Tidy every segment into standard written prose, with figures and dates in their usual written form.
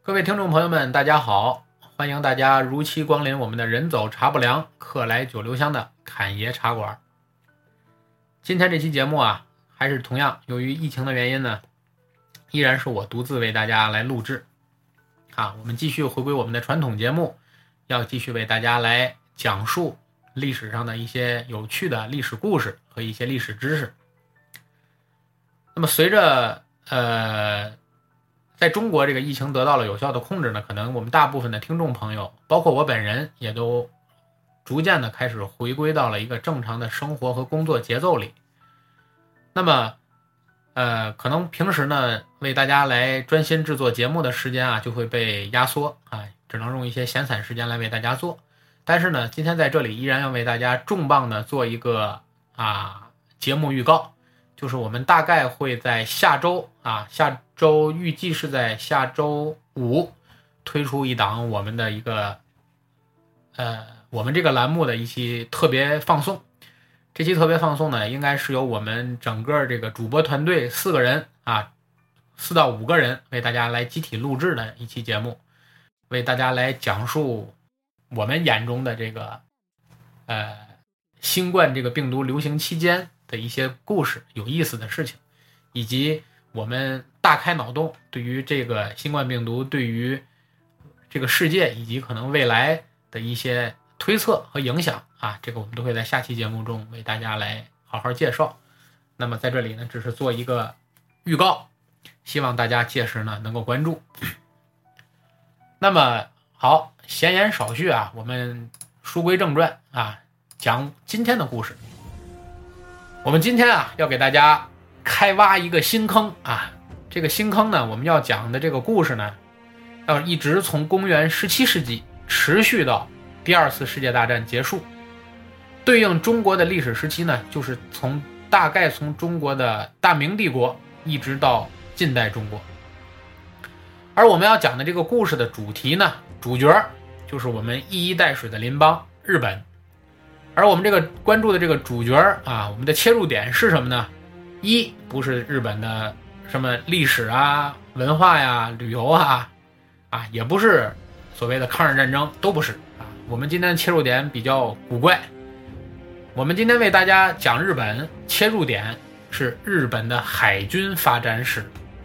各位听众朋友们，大家好，欢迎大家如期光临我们的人走茶不凉，客来酒留香的侃爷茶馆。今天这期节目还是同样由于疫情的原因呢，依然是我独自为大家来录制。我们继续回归我们的传统节目，要继续为大家来讲述历史上的一些有趣的历史故事和一些历史知识。那么随着在中国这个疫情得到了有效的控制呢，可能我们大部分的听众朋友，包括我本人，也都逐渐的开始回归到了一个正常的生活和工作节奏里。那么可能平时呢为大家来专心制作节目的时间就会被压缩只能用一些闲散时间来为大家做。但是呢今天在这里依然要为大家重磅的做一个节目预告，就是我们大概会在下周预计是在下周五推出一档我们的一个我们这个栏目的一期特别放送。这期特别放送呢，应该是由我们整个这个主播团队4个人4到5个人为大家来集体录制的一期节目，为大家来讲述我们眼中的这个新冠这个病毒流行期间的一些故事、有意思的事情，以及我们大开脑洞对于这个新冠病毒对于这个世界以及可能未来的一些推测和影响这个我们都会在下期节目中为大家来好好介绍。那么在这里呢只是做一个预告，希望大家届时呢能够关注。那么好，闲言少叙我们书归正传讲今天的故事。我们今天要给大家开挖一个新坑这个新坑呢，我们要讲的这个故事呢，要一直从公元17世纪持续到第2次世界大战结束。对应中国的历史时期呢，就是大概从中国的大明帝国一直到近代中国。而我们要讲的这个故事的主题呢，主角就是我们一衣带水的邻邦日本。而我们这个关注的这个主角我们的切入点是什么呢？一不是日本的什么历史文化旅游也不是所谓的抗日战争，都不是我们今天的切入点比较古怪。我们今天为大家讲日本，切入点是日本的海军发展史。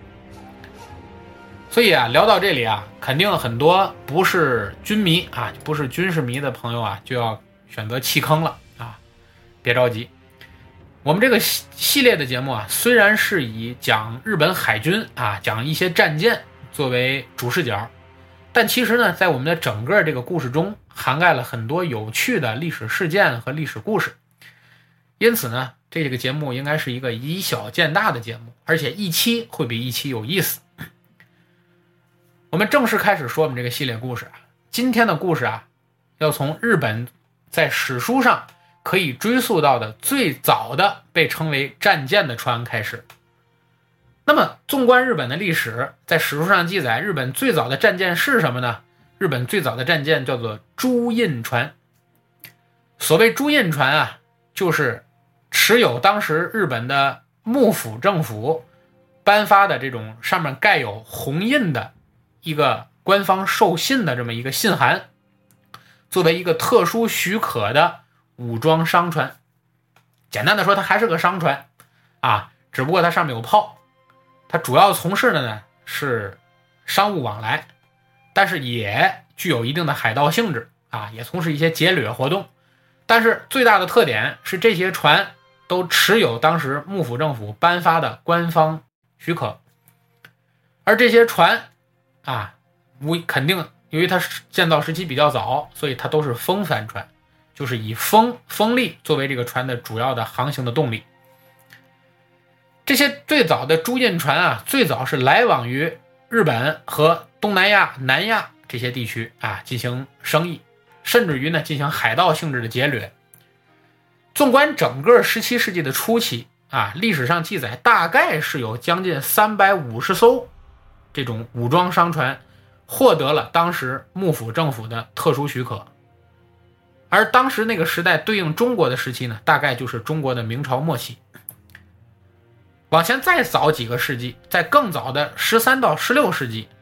所以聊到这里肯定很多不是军迷不是军事迷的朋友就要选择弃坑了别着急。我们这个系列的节目虽然是以讲日本海军讲一些战舰作为主视角，但其实呢在我们的整个这个故事中涵盖了很多有趣的历史事件和历史故事。因此呢这个节目应该是一个以小见大的节目，而且一期会比一期有意思。我们正式开始说我们这个系列故事今天的故事要从日本在史书上可以追溯到的最早的被称为战舰的船开始。那么纵观日本的历史，在史书上记载日本最早的战舰是什么呢？日本最早的战舰叫做朱印船。所谓朱印船就是持有当时日本的幕府政府颁发的这种上面盖有红印的一个官方授信的这么一个信函，作为一个特殊许可的武装商船。简单的说它还是个商船只不过它上面有炮。它主要从事的呢是商务往来，但是也具有一定的海盗性质也从事一些劫掠活动。但是最大的特点是这些船都持有当时幕府政府颁发的官方许可。而这些船肯定由于它建造时期比较早，所以它都是风帆船，就是以风力作为这个船的主要的航行的动力。这些最早的朱印船最早是来往于日本和东南亚、南亚这些地区进行生意，甚至于呢进行海盗性质的劫掠。纵观整个17世纪的初期历史上记载大概是有将近350艘这种武装商船获得了当时幕府政府的特殊许可。而当时那个时代对应中国的时期呢，大概就是中国的明朝末期。往前再早几个世纪，在更早的13到16世纪，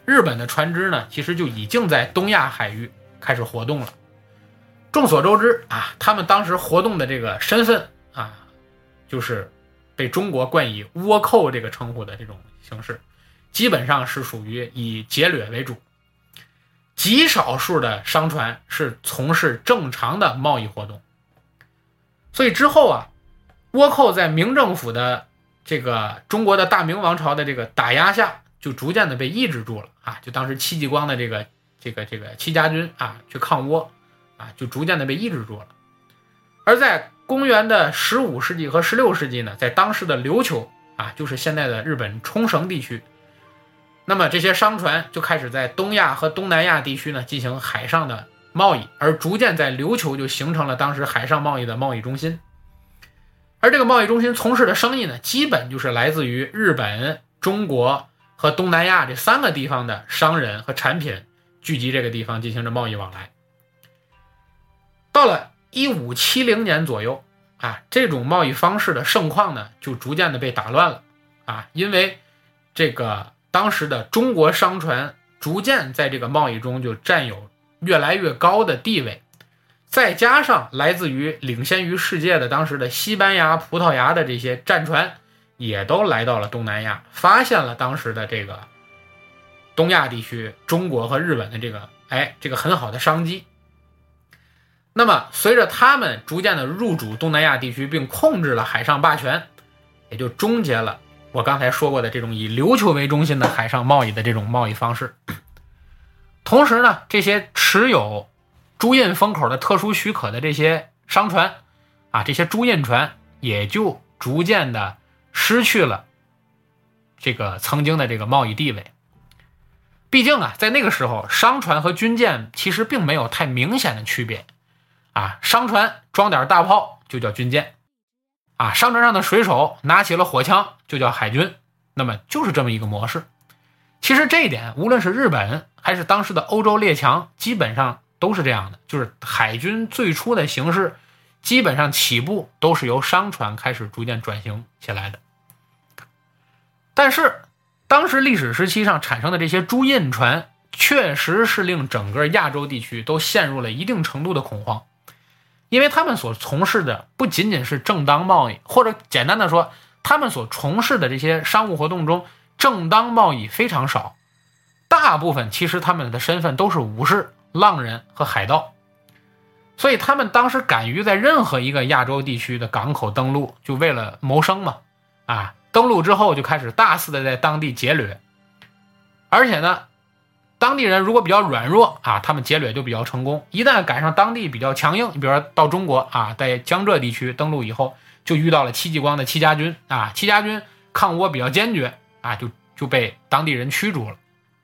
日本的船只呢，其实就已经在东亚海域开始活动了。众所周知啊，他们当时活动的这个身份啊，就是被中国冠以倭寇这个称呼的这种形式，基本上是属于以劫掠为主，极少数的商船是从事正常的贸易活动。所以之后啊，倭寇在明政府的这个中国的大明王朝的这个打压下，就逐渐的被抑制住了啊。就当时戚继光的这个戚家军啊去抗倭啊，就逐渐的被抑制住了。而在公元的15世纪和16世纪呢，在当时的琉球啊，就是现在的日本冲绳地区，那么这些商船就开始在东亚和东南亚地区呢进行海上的贸易，而逐渐在琉球就形成了当时海上贸易的贸易中心。而这个贸易中心从事的生意呢，基本就是来自于日本、中国和东南亚这3个地方的商人和产品聚集这个地方进行着贸易往来。到了1570年左右啊，这种贸易方式的盛况呢，就逐渐的被打乱了啊，因为这个当时的中国商船逐渐在这个贸易中就占有越来越高的地位，再加上来自于领先于世界的当时的西班牙、葡萄牙的这些战船也都来到了东南亚，发现了当时的这个东亚地区中国和日本的这个很好的商机。那么随着他们逐渐的入主东南亚地区并控制了海上霸权，也就终结了我刚才说过的这种以琉球为中心的海上贸易的这种贸易方式。同时呢，这些持有朱印封口的特殊许可的这些商船啊，这些朱印船也就逐渐的失去了这个曾经的这个贸易地位。毕竟啊，在那个时候商船和军舰其实并没有太明显的区别啊，商船装点大炮就叫军舰啊，商船上的水手拿起了火枪就叫海军，那么就是这么一个模式。其实这一点无论是日本还是当时的欧洲列强基本上都是这样的，就是海军最初的形式基本上起步都是由商船开始逐渐转型起来的。但是当时历史时期上产生的这些朱印船确实是令整个亚洲地区都陷入了一定程度的恐慌，因为他们所从事的不仅仅是正当贸易，或者简单的说，他们所从事的这些商务活动中正当贸易非常少，大部分其实他们的身份都是武士、浪人和海盗。所以他们当时敢于在任何一个亚洲地区的港口登陆，就为了谋生嘛啊，登陆之后就开始大肆的在当地劫掠。而且呢，当地人如果比较软弱啊，他们劫掠就比较成功。一旦赶上当地比较强硬，你比如说到中国啊，在江浙地区登陆以后，就遇到了戚继光的戚家军啊，戚家军抗倭比较坚决啊，就被当地人驱逐了。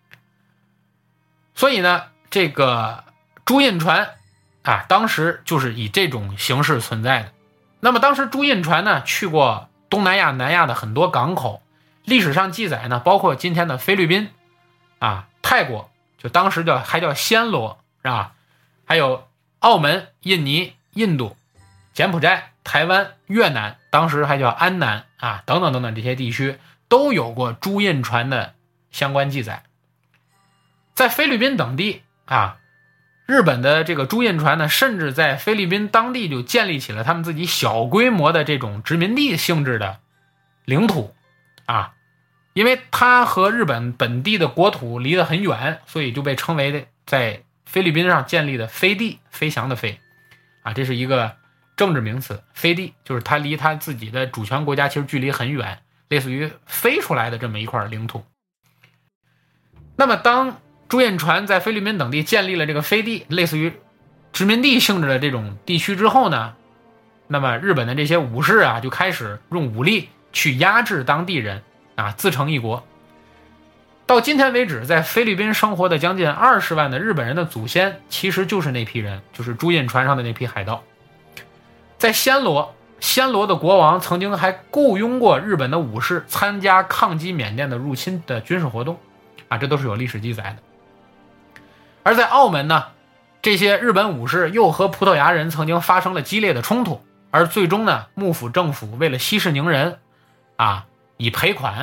所以呢，这个朱印船啊，当时就是以这种形式存在的。那么当时朱印船呢，去过东南亚、南亚的很多港口，历史上记载呢，包括今天的菲律宾啊、泰国，就当时还叫暹罗啊，还有澳门、印尼、印度、柬埔寨、台湾、越南，当时还叫安南啊，等等等等，这些地区都有过朱印船的相关记载。在菲律宾等地啊，日本的这个朱印船呢，甚至在菲律宾当地就建立起了他们自己小规模的这种殖民地性质的领土啊，因为它和日本本地的国土离得很远，所以就被称为在菲律宾上建立的飞地，飞翔的飞啊，这是一个政治名词。飞地就是它离它自己的主权国家其实距离很远，类似于飞出来的这么一块领土。那么当朱印船在菲律宾等地建立了这个飞地，类似于殖民地性质的这种地区之后呢，那么日本的这些武士啊，就开始用武力去压制当地人啊，自成一国。到今天为止，在菲律宾生活的将近20万的日本人的祖先，其实就是那批人，就是朱印船上的那批海盗。在暹罗的国王曾经还雇佣过日本的武士参加抗击缅甸的入侵的军事活动啊，这都是有历史记载的。而在澳门呢，这些日本武士又和葡萄牙人曾经发生了激烈的冲突，而最终呢，幕府政府为了息事宁人啊，以赔款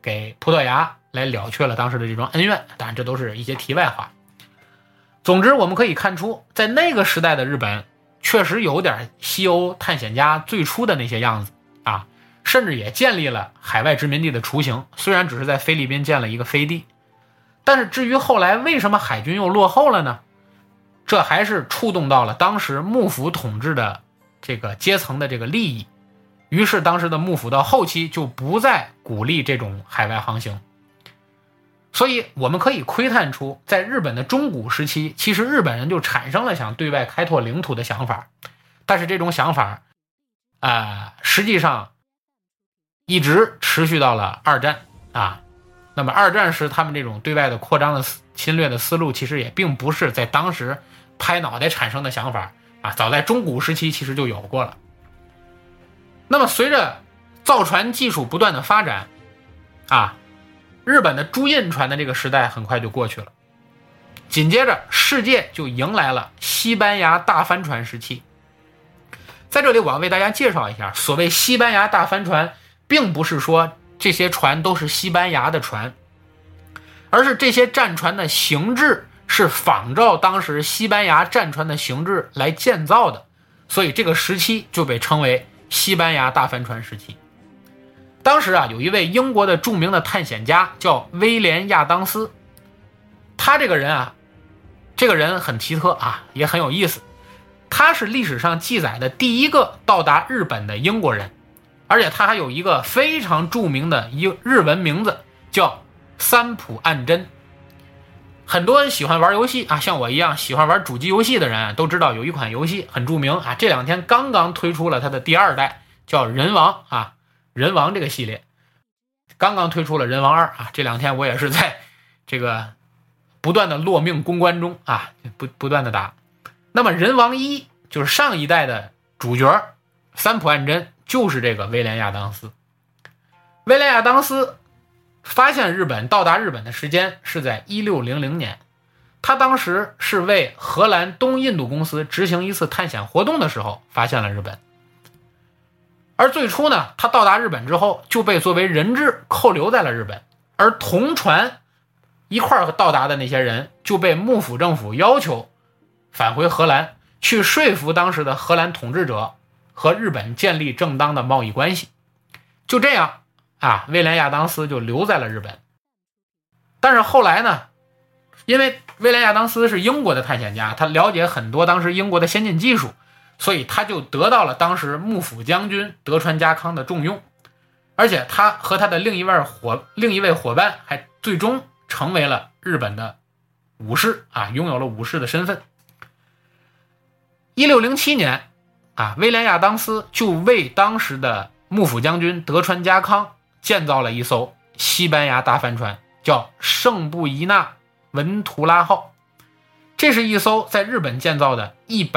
给葡萄牙来了却了当时的这桩恩怨。当然这都是一些题外话。总之我们可以看出，在那个时代的日本确实有点西欧探险家最初的那些样子啊，甚至也建立了海外殖民地的雏形，虽然只是在菲律宾建了一个飞地。但是至于后来为什么海军又落后了呢？这还是触动到了当时幕府统治的这个阶层的这个利益，于是当时的幕府到后期就不再鼓励这种海外航行。所以我们可以窥探出，在日本的中古时期，其实日本人就产生了想对外开拓领土的想法，但是这种想法实际上一直持续到了二战啊。那么二战时他们这种对外的扩张的侵略的思路，其实也并不是在当时拍脑袋产生的想法啊，早在中古时期其实就有过了。那么随着造船技术不断的发展啊，日本的朱印船的这个时代很快就过去了，紧接着世界就迎来了西班牙大帆船时期。在这里我要为大家介绍一下，所谓西班牙大帆船并不是说这些船都是西班牙的船，而是这些战船的形制是仿照当时西班牙战船的形制来建造的，所以这个时期就被称为西班牙大帆船时期。当时有一位英国的著名的探险家叫威廉亚当斯，他这个人很奇特也很有意思。他是历史上记载的第一个到达日本的英国人，而且他还有一个非常著名的日文名字叫三浦岸真。很多人喜欢玩游戏像我一样喜欢玩主机游戏的人都知道有一款游戏很著名这两天刚刚推出了它的第2代，叫人王人王这个系列刚刚推出了人王2这两天我也是在这个不断的落命攻关中不断的打。那么人王1就是上一代的主角三浦岸真，就是这个威廉亚当斯。威廉亚当斯发现日本到达日本的时间是在1600年，他当时是为荷兰东印度公司执行一次探险活动的时候发现了日本。而最初呢，他到达日本之后就被作为人质扣留在了日本，而同船一块儿到达的那些人就被幕府政府要求返回荷兰，去说服当时的荷兰统治者和日本建立正当的贸易关系。就这样威廉亚当斯就留在了日本。但是后来呢，因为威廉亚当斯是英国的探险家，他了解很多当时英国的先进技术，所以他就得到了当时幕府将军德川家康的重用，而且他和他的另一位伙伴还最终成为了日本的武士拥有了武士的身份。1607年威廉亚当斯就为当时的幕府将军德川家康建造了一艘西班牙大帆船，叫圣布宜纳文图拉号。这是一艘在日本建造的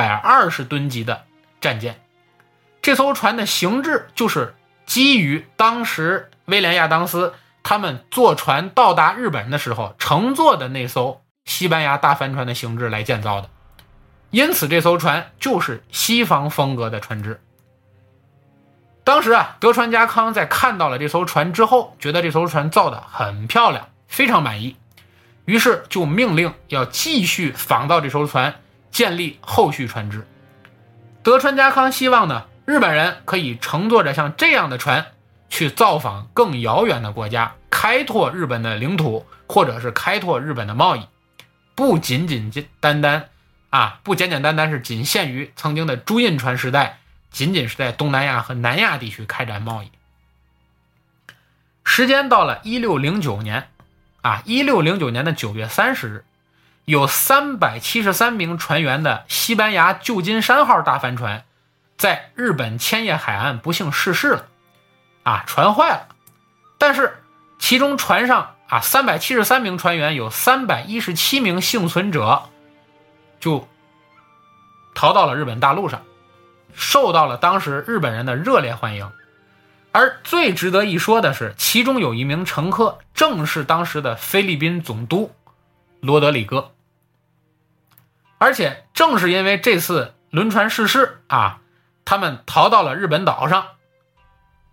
120吨级的战舰。这艘船的形制就是基于当时威廉亚当斯他们坐船到达日本的时候乘坐的那艘西班牙大帆船的形制来建造的，因此这艘船就是西方风格的船只。当时德川家康在看到了这艘船之后，觉得这艘船造得很漂亮，非常满意，于是就命令要继续仿造这艘船，建立后续船只。德川家康希望呢，日本人可以乘坐着像这样的船去造访更遥远的国家，开拓日本的领土，或者是开拓日本的贸易，不简简单单是仅限于曾经的朱印船时代，仅仅是在东南亚和南亚地区开展贸易。时间到了1609年，1609年的9月30日，有373名船员的西班牙旧金山号大帆船在日本千叶海岸不幸逝世了，船坏了。但是其中船上373名船员有317名幸存者就逃到了日本大陆上，受到了当时日本人的热烈欢迎。而最值得一说的是，其中有一名乘客正是当时的菲律宾总督罗德里戈。而且正是因为这次轮船逝世他们逃到了日本岛上，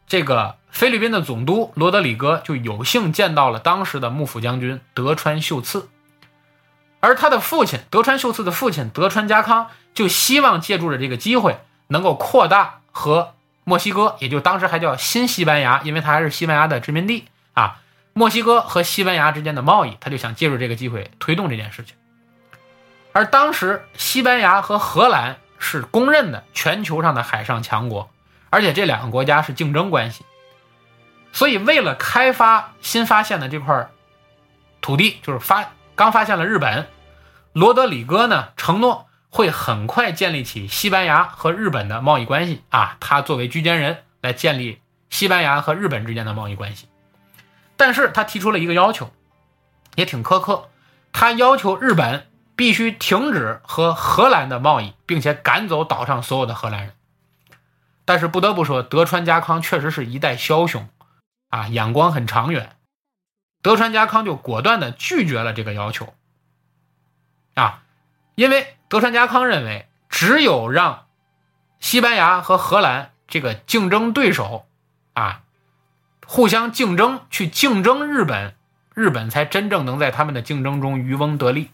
这个菲律宾的总督罗德里戈就有幸见到了当时的幕府将军德川秀次，而他的父亲德川秀次的父亲德川家康就希望借助着这个机会能够扩大和墨西哥，也就当时还叫新西班牙，因为它还是西班牙的殖民地啊，墨西哥和西班牙之间的贸易，他就想借助这个机会推动这件事情。而当时西班牙和荷兰是公认的全球上的海上强国，而且这两个国家是竞争关系，所以为了开发新发现的这块土地，就是刚发现了日本，罗德里戈呢承诺会很快建立起西班牙和日本的贸易关系啊，他作为居间人来建立西班牙和日本之间的贸易关系。但是他提出了一个要求，也挺苛刻，他要求日本必须停止和荷兰的贸易，并且赶走岛上所有的荷兰人。但是不得不说，德川家康确实是一代枭雄啊，眼光很长远。德川家康就果断地拒绝了这个要求啊，因为德川家康认为，只有让西班牙和荷兰这个竞争对手啊互相竞争，去竞争日本，日本才真正能在他们的竞争中渔翁得利。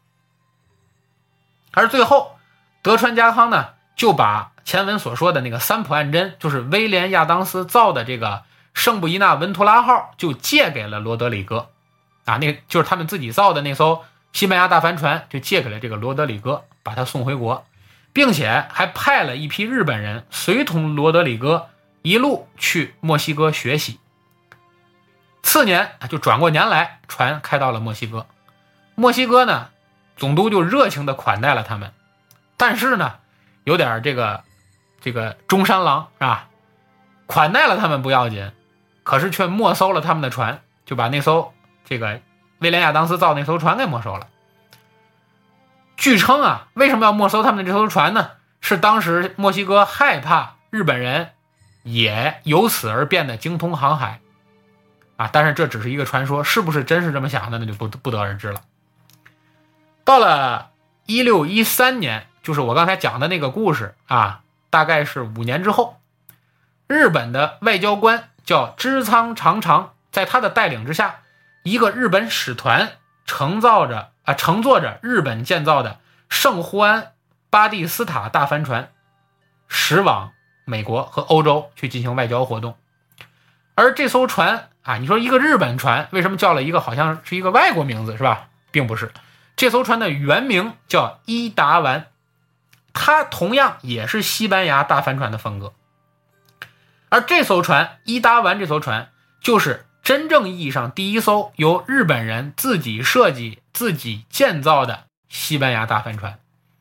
而最后德川家康呢就把前文所说的那个三浦岸真，就是威廉亚当斯造的这个圣布伊纳文图拉号，就借给了罗德里戈啊，那个就是他们自己造的那艘西班牙大帆船，就借给了这个罗德里戈，把他送回国，并且还派了一批日本人随同罗德里戈一路去墨西哥学习。次年就转过年来，船开到了墨西哥，墨西哥呢总督就热情地款待了他们，但是呢有点这个中山狼是吧，款待了他们不要紧，可是却没收了他们的船，就把那艘这个威廉亚当斯造那艘船给没收了。据称啊，为什么要没收他们的这艘船呢？是当时墨西哥害怕日本人也由此而变得精通航海啊，但是这只是一个传说，是不是真是这么想的，那就不得而知了。到了1613年，就是我刚才讲的那个故事啊，大概是5年之后，日本的外交官叫织仓长长，在他的带领之下，一个日本使团乘坐着日本建造的圣胡安巴蒂斯塔大帆船驶往美国和欧洲去进行外交活动。而这艘船啊，你说一个日本船为什么叫了一个好像是一个外国名字是吧？并不是，这艘船的原名叫伊达丸，它同样也是西班牙大帆船的风格。而这艘船伊达丸，这艘船就是真正意义上第一艘由日本人自己设计自己建造的西班牙大帆船。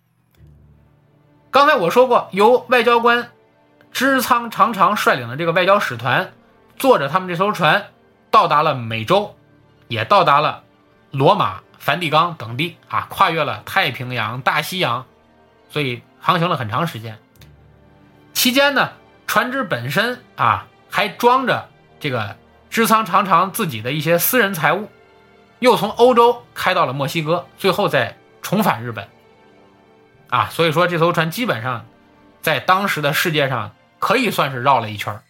刚才我说过，由外交官织仓长长率领的这个外交使团坐着他们这艘船到达了美洲，也到达了罗马、梵蒂冈等地啊，跨越了太平洋、大西洋，所以航行了很长时间。期间呢，船只本身啊还装着这个织仓长长自己的一些私人财物，又从欧洲开到了墨西哥，最后再重返日本啊，所以说这艘船基本上在当时的世界上可以算是绕了一圈。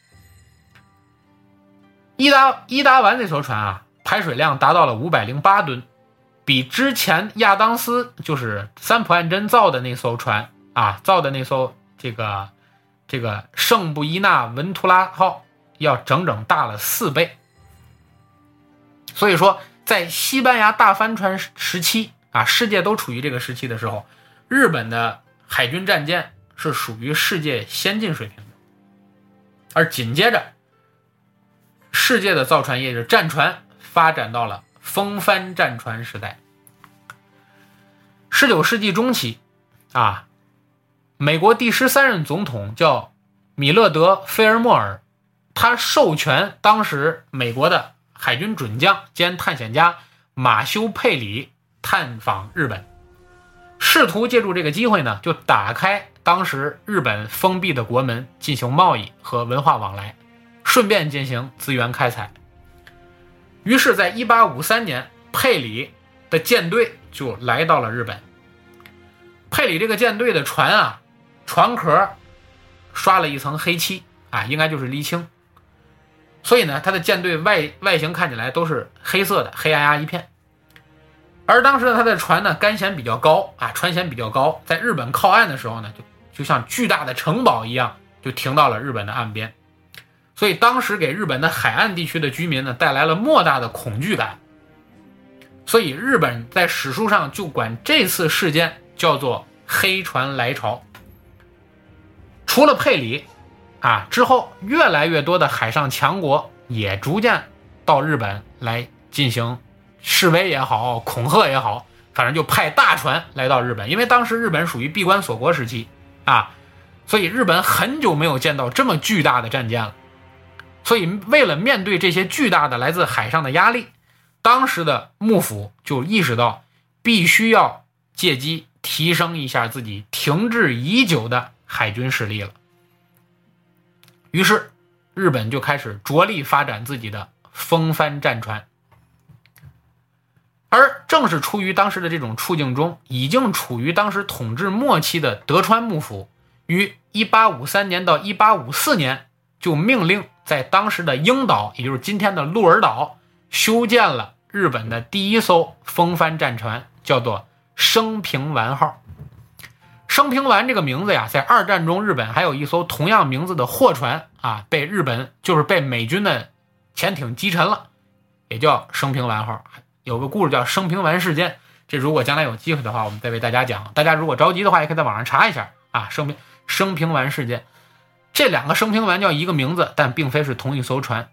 伊达丸这艘船啊，排水量达到了508吨，比之前亚当斯就是三浦岸真造的那艘船啊，造的那艘这个圣布伊纳文图拉号要整整大了4倍。所以说在西班牙大帆船时期啊，世界都处于这个时期的时候，日本的海军战舰是属于世界先进水平的。而紧接着世界的造船业，就是战船发展到了风帆战船时代。19世纪中期啊，美国第13任总统叫米勒德·菲尔莫尔，他授权当时美国的海军准将兼探险家马修·佩里探访日本，试图借助这个机会呢，就打开当时日本封闭的国门，进行贸易和文化往来，顺便进行资源开采。于是在1853年，佩里的舰队就来到了日本。佩里这个舰队的船啊，船壳刷了一层黑漆啊，应该就是沥青， 所以呢，他的舰队外形看起来都是黑色的，黑压压一片。而当时他的船呢，干舷比较高啊，船舷比较高，在日本靠岸的时候呢，就像巨大的城堡一样，就停到了日本的岸边。所以当时给日本的海岸地区的居民呢，带来了莫大的恐惧感。所以日本在史书上就管这次事件叫做黑船来潮。除了佩里啊，之后越来越多的海上强国也逐渐到日本来进行示威也好，恐吓也好，反正就派大船来到日本。因为当时日本属于闭关锁国时期啊，所以日本很久没有见到这么巨大的战舰了。所以为了面对这些巨大的来自海上的压力，当时的幕府就意识到必须要借机提升一下自己停滞已久的海军实力了。于是日本就开始着力发展自己的风帆战船。而正是出于当时的这种处境中，已经处于当时统治末期的德川幕府于1853年到1854年就命令在当时的樱岛，也就是今天的鹿儿岛，修建了日本的第一艘风帆战船，叫做升平丸号。升平丸这个名字呀，在二战中日本还有一艘同样名字的货船啊，被美军的潜艇击沉了，也叫升平丸号。有个故事叫升平丸事件，这如果将来有机会的话，我们再为大家讲。大家如果着急的话，也可以在网上查一下啊，升平丸事件。这两个升平丸叫一个名字，但并非是同一艘船。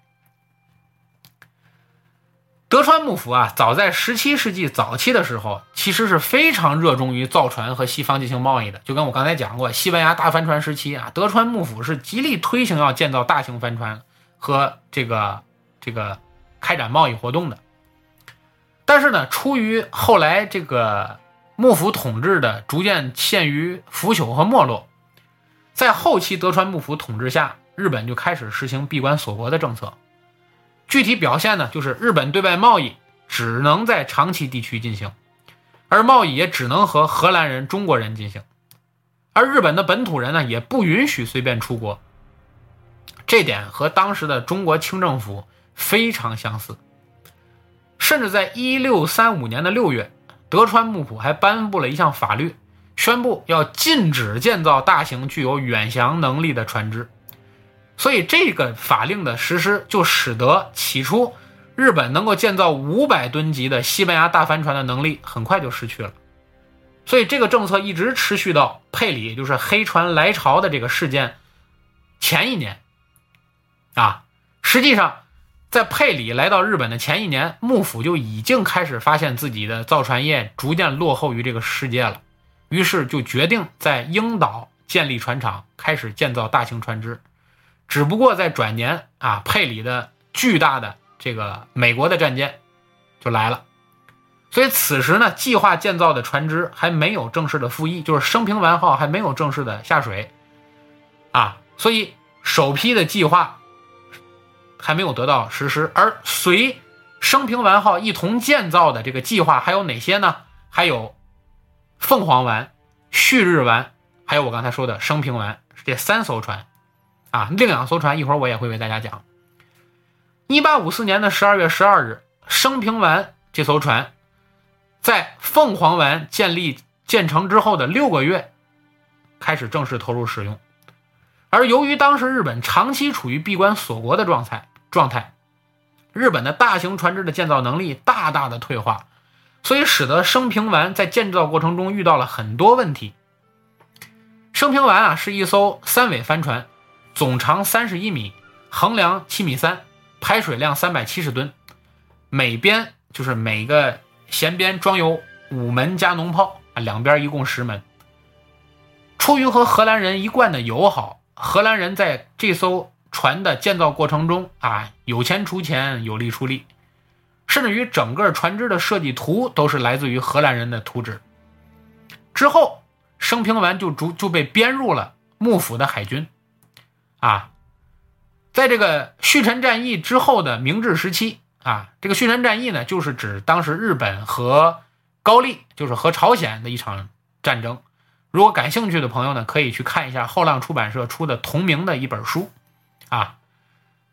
德川幕府啊，早在17世纪早期的时候，其实是非常热衷于造船和西方进行贸易的。就跟我刚才讲过，西班牙大帆船时期啊，德川幕府是极力推行要建造大型帆船和这个开展贸易活动的。但是呢，出于后来这个幕府统治的逐渐陷于腐朽和没落，在后期德川幕府统治下，日本就开始实行闭关锁国的政策。具体表现呢，就是日本对外贸易只能在长崎地区进行，而贸易也只能和荷兰人、中国人进行，而日本的本土人呢，也不允许随便出国。这点和当时的中国清政府非常相似。甚至在1635年的6月，德川幕府还颁布了一项法律，宣布要禁止建造大型具有远航能力的船只。所以这个法令的实施，就使得起初日本能够建造500吨级的西班牙大帆船的能力很快就失去了。所以这个政策一直持续到佩里，也就是黑船来潮的这个事件前一年啊。实际上在佩里来到日本的前一年，幕府就已经开始发现自己的造船业逐渐落后于这个世界了，于是就决定在樱岛建立船厂，开始建造大型船只。只不过在转年啊，佩里的巨大的这个美国的战舰就来了，所以此时呢，计划建造的船只还没有正式的服役，就是升平丸号还没有正式的下水啊，所以首批的计划还没有得到实施。而随升平丸号一同建造的这个计划还有哪些呢？还有凤凰丸、旭日丸，还有我刚才说的升平丸，这3艘船啊，另2艘船一会儿我也会为大家讲。1854年的12月12日，升平丸这艘船在凤凰丸建成之后的6个月开始正式投入使用。而由于当时日本长期处于闭关锁国的状态，日本的大型船只的建造能力大大的退化，所以使得升平丸在建造过程中遇到了很多问题。升平丸啊，是一艘3尾帆船，总长31米，横梁7.3米，排水量370吨，每边就是每个舷边装有5门加农炮啊，两边一共10门。出于和荷兰人一贯的友好，荷兰人在这艘船的建造过程中啊，有钱出钱，有力出力，甚至于整个船只的设计图都是来自于荷兰人的图纸。之后升平丸就被编入了幕府的海军啊。在这个旭晨战役之后的明治时期啊，这个旭晨战役呢，就是指当时日本和高丽，就是和朝鲜的一场战争。如果感兴趣的朋友呢，可以去看一下后浪出版社出的同名的一本书啊。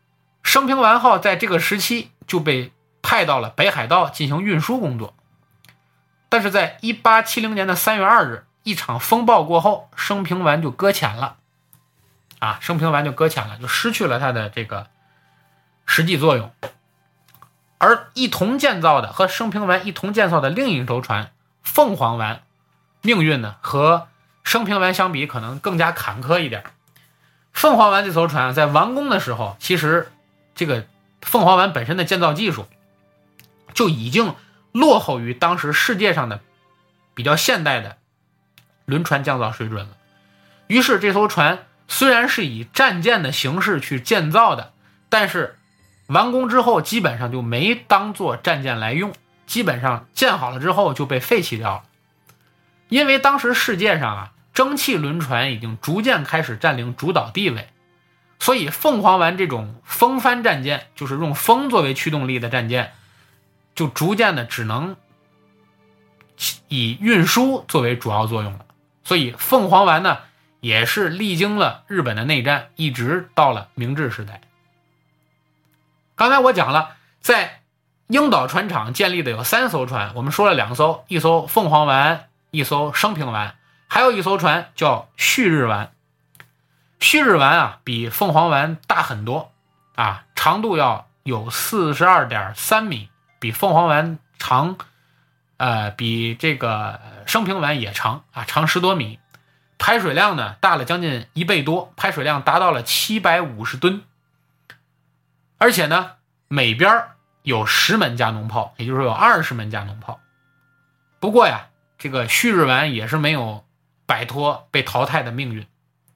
升平丸号在这个时期就被派到了北海道进行运输工作。但是在1870年的3月2日，一场风暴过后，升平丸就搁浅了。升平丸就搁浅了，就失去了它的这个实际作用。而一同建造的和升平丸一同建造的另一艘船凤凰丸，命运呢和升平丸相比可能更加坎坷一点。凤凰丸这艘船在完工的时候，其实这个凤凰丸本身的建造技术就已经落后于当时世界上的比较现代的轮船建造水准了。于是这艘船虽然是以战舰的形式去建造的，但是完工之后基本上就没当做战舰来用，基本上建好了之后就被废弃掉了。因为当时世界上蒸汽轮船已经逐渐开始占领主导地位，所以凤凰丸这种风帆战舰，就是用风作为驱动力的战舰，就逐渐的只能以运输作为主要作用了。所以凤凰丸呢也是历经了日本的内战，一直到了明治时代。刚才我讲了，在樱岛船厂建立的有3艘船，我们说了2艘，一艘凤凰丸，一艘升平丸，还有一艘船叫旭日丸。旭日丸比凤凰丸大很多长度要有 42.3 米，比凤凰丸长，比这个升平丸也长长10多米。排水量呢大了将近1倍多，排水量达到了750吨。而且呢每边有10门加农炮，也就是说有20门加农炮。不过这个旭日丸也是没有摆脱被淘汰的命运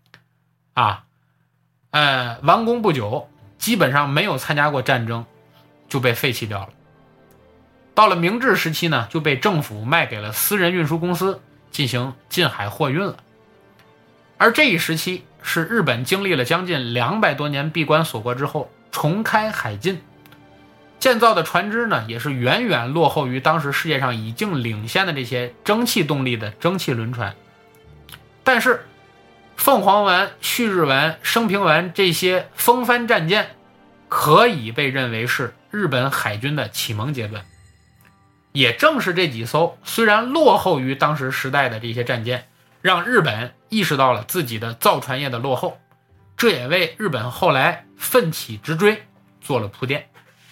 完工不久，基本上没有参加过战争，就被废弃掉了。到了明治时期呢，就被政府卖给了私人运输公司进行近海货运了。而这一时期是日本经历了将近200多年闭关锁国之后重开海禁，建造的船只呢也是远远落后于当时世界上已经领先的这些蒸汽动力的蒸汽轮船。但是凤凰丸、旭日丸、升平丸这些风帆战舰可以被认为是日本海军的启蒙阶段。也正是这几艘虽然落后于当时时代的这些战舰，让日本意识到了自己的造船业的落后，这也为日本后来奋起直追做了铺垫。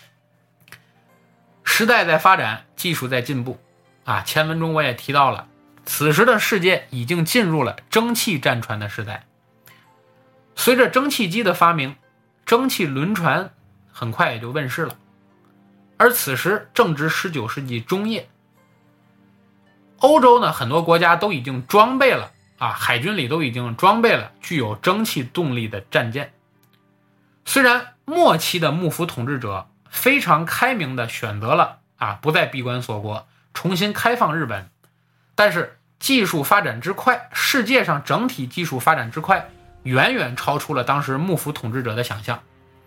时代在发展，技术在进步前文中我也提到了，此时的世界已经进入了蒸汽战船的时代。随着蒸汽机的发明，蒸汽轮船很快也就问世了。而此时正值19世纪中叶，欧洲呢很多国家都已经装备了海军里都已经装备了具有蒸汽动力的战舰。虽然末期的幕府统治者非常开明的选择了不再闭关锁国，重新开放日本，但是技术发展之快，世界上整体技术发展之快，远远超出了当时幕府统治者的想象。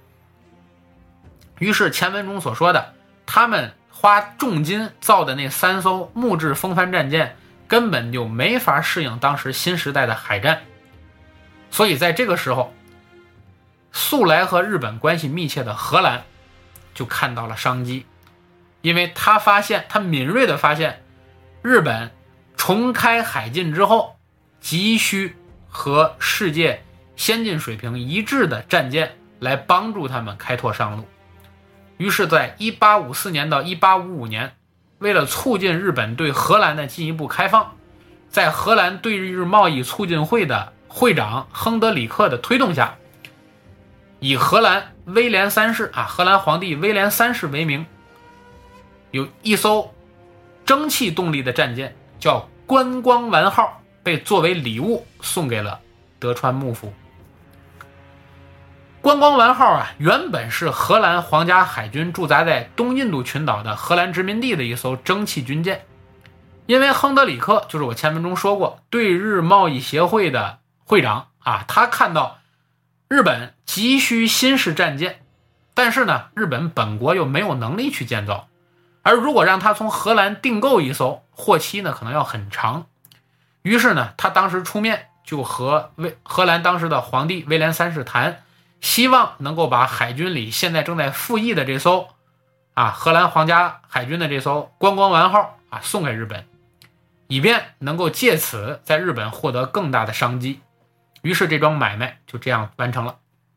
于是前文中所说的他们花重金造的那3艘木质风帆战舰根本就没法适应当时新时代的海战。所以在这个时候，素来和日本关系密切的荷兰就看到了商机，因为他敏锐地发现日本重开海禁之后急需和世界先进水平一致的战舰来帮助他们开拓上路。于是在1854年到1855年，为了促进日本对荷兰的进一步开放，在荷兰对日贸易促进会的会长亨德里克的推动下，以荷兰威廉三世荷兰皇帝威廉三世为名，有一艘蒸汽动力的战舰叫观光丸号，被作为礼物送给了德川幕府。观光丸号原本是荷兰皇家海军驻扎在东印度群岛的荷兰殖民地的一艘蒸汽军舰。因为亨德里克就是我前文中说过对日贸易协会的会长他看到日本急需新式战舰，但是呢日本本国又没有能力去建造，而如果让他从荷兰订购一艘，货期呢可能要很长。于是呢他当时出面就和荷兰当时的皇帝威廉三世谈， 希望能够把海军里现在正在服役的这艘荷兰皇家海军的这艘观光丸号送给日本，以便能够借此在日本获得更大的商机。于是这桩买卖就这样完成了。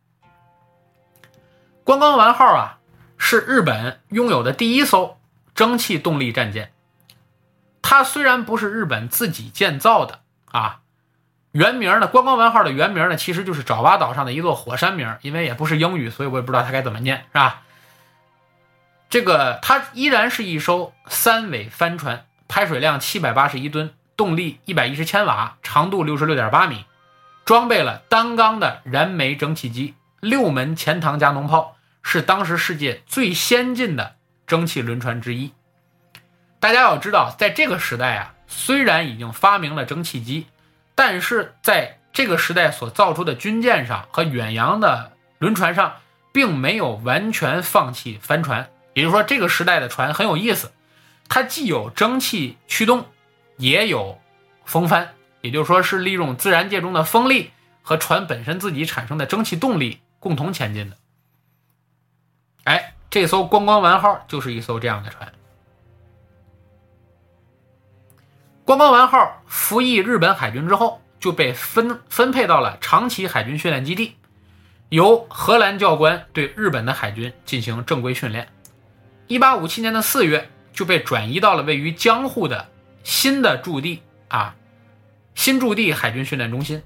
观光丸号是日本拥有的第一艘蒸汽动力战舰。它虽然不是日本自己建造的原名呢，观光丸号的原名呢其实就是爪哇岛上的一座火山名，因为也不是英语，所以我也不知道它该怎么念，是吧？它依然是一艘三尾帆船，排水量781吨，动力110千瓦，长度66.8米，装备了单缸的燃煤蒸汽机，6门前膛加农炮，是当时世界最先进的蒸汽轮船之一。大家要知道，在这个时代虽然已经发明了蒸汽机，但是在这个时代所造出的军舰上和远洋的轮船上并没有完全放弃帆船。也就是说，这个时代的船很有意思，它既有蒸汽驱动，也有风帆，也就是说是利用自然界中的风力和船本身自己产生的蒸汽动力共同前进的。这艘观光丸号就是一艘这样的船。观光丸号服役日本海军之后，就被分配到了长崎海军训练基地，由荷兰教官对日本的海军进行正规训练。1857年的4月就被转移到了位于江户的新的驻地新驻地海军训练中心，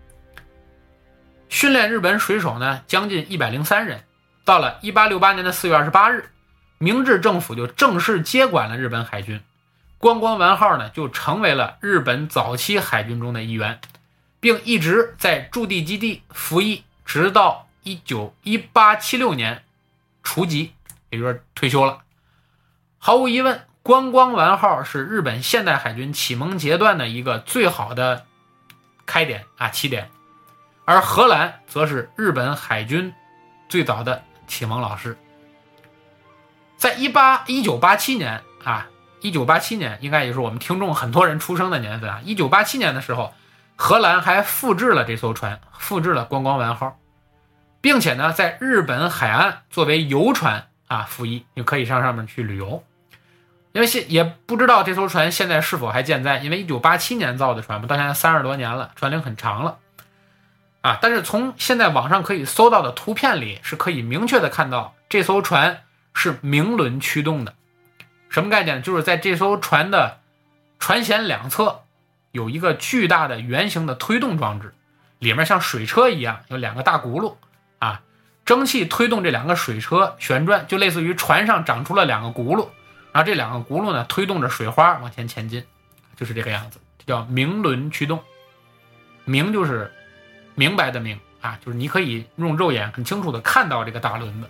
训练日本水手呢将近103人。到了1868年的4月28日，明治政府就正式接管了日本海军，观光丸号呢就成为了日本早期海军中的一员，并一直在驻地基地服役，直到1876年除籍，也就是退休了。毫无疑问，观光丸号是日本现代海军启蒙阶段的一个最好的开点起点，而荷兰则是日本海军最早的启蒙老师。在1987年1987年应该也是我们听众很多人出生的年份1987年的时候，荷兰还复制了这艘船，复制了观光丸号，并且呢在日本海岸作为游船服役，你可以上上面去旅游。因为也不知道这艘船现在是否还健在，因为1987年造的船嘛，到现在30多年了，船龄很长了但是从现在网上可以搜到的图片里，是可以明确的看到这艘船是明轮驱动的。什么概念呢？就是在这艘船的船舷两侧有一个巨大的圆形的推动装置，里面像水车一样有2个大轱辘蒸汽推动这2个水车旋转，就类似于船上长出了2个轱辘，然后这2个轱辘呢推动着水花往前进，就是这个样子，这叫明轮驱动。明就是明白的明就是你可以用肉眼很清楚的看到这个大轮子。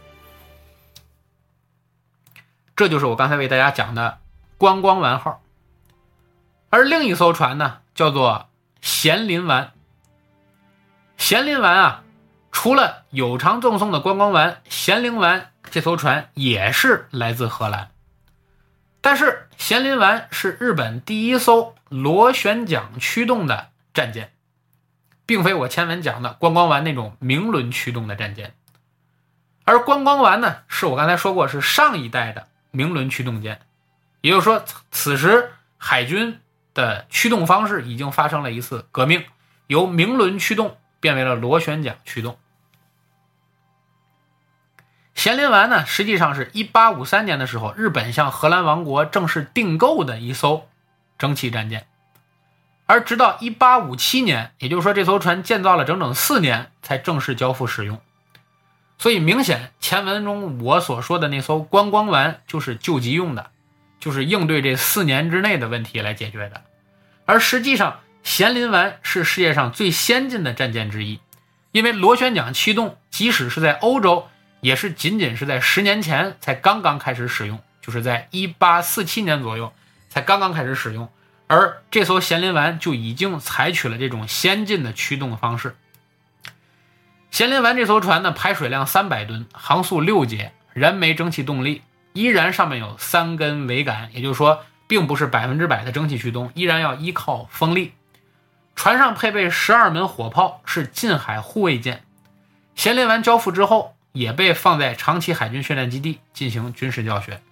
这就是我刚才为大家讲的观光丸号。而另一艘船呢叫做咸临丸。咸临丸除了有偿赠送的观光丸，咸临丸这艘船也是来自荷兰。但是咸临丸是日本第一艘螺旋桨驱动的战舰，并非我前文讲的观光丸那种明轮驱动的战舰。而观光丸呢，是我刚才说过是上一代的明轮驱动舰，也就是说此时海军的驱动方式已经发生了一次革命，由明轮驱动变为了螺旋桨驱动。咸临丸呢，实际上是1853年的时候，日本向荷兰王国正式订购的一艘蒸汽战舰，而直到1857年，也就是说这艘船建造了整整4年才正式交付使用。所以明显前文中我所说的那艘观光丸就是救急用的，就是应对这4年之内的问题来解决的。而实际上咸临丸是世界上最先进的战舰之一，因为螺旋桨驱动即使是在欧洲也是仅仅是在10年前才刚刚开始使用，就是在1847年左右才刚刚开始使用，而这艘咸临丸就已经采取了这种先进的驱动方式。咸临丸这艘船呢，排水量300吨，航速6节，燃煤蒸汽动力，依然上面有3根桅杆，也就是说并不是100%的蒸汽驱动，依然要依靠风力。船上配备12门火炮，是近海护卫舰。 咸临丸交付之后，也被放在长崎海军训练基地进行军事教学。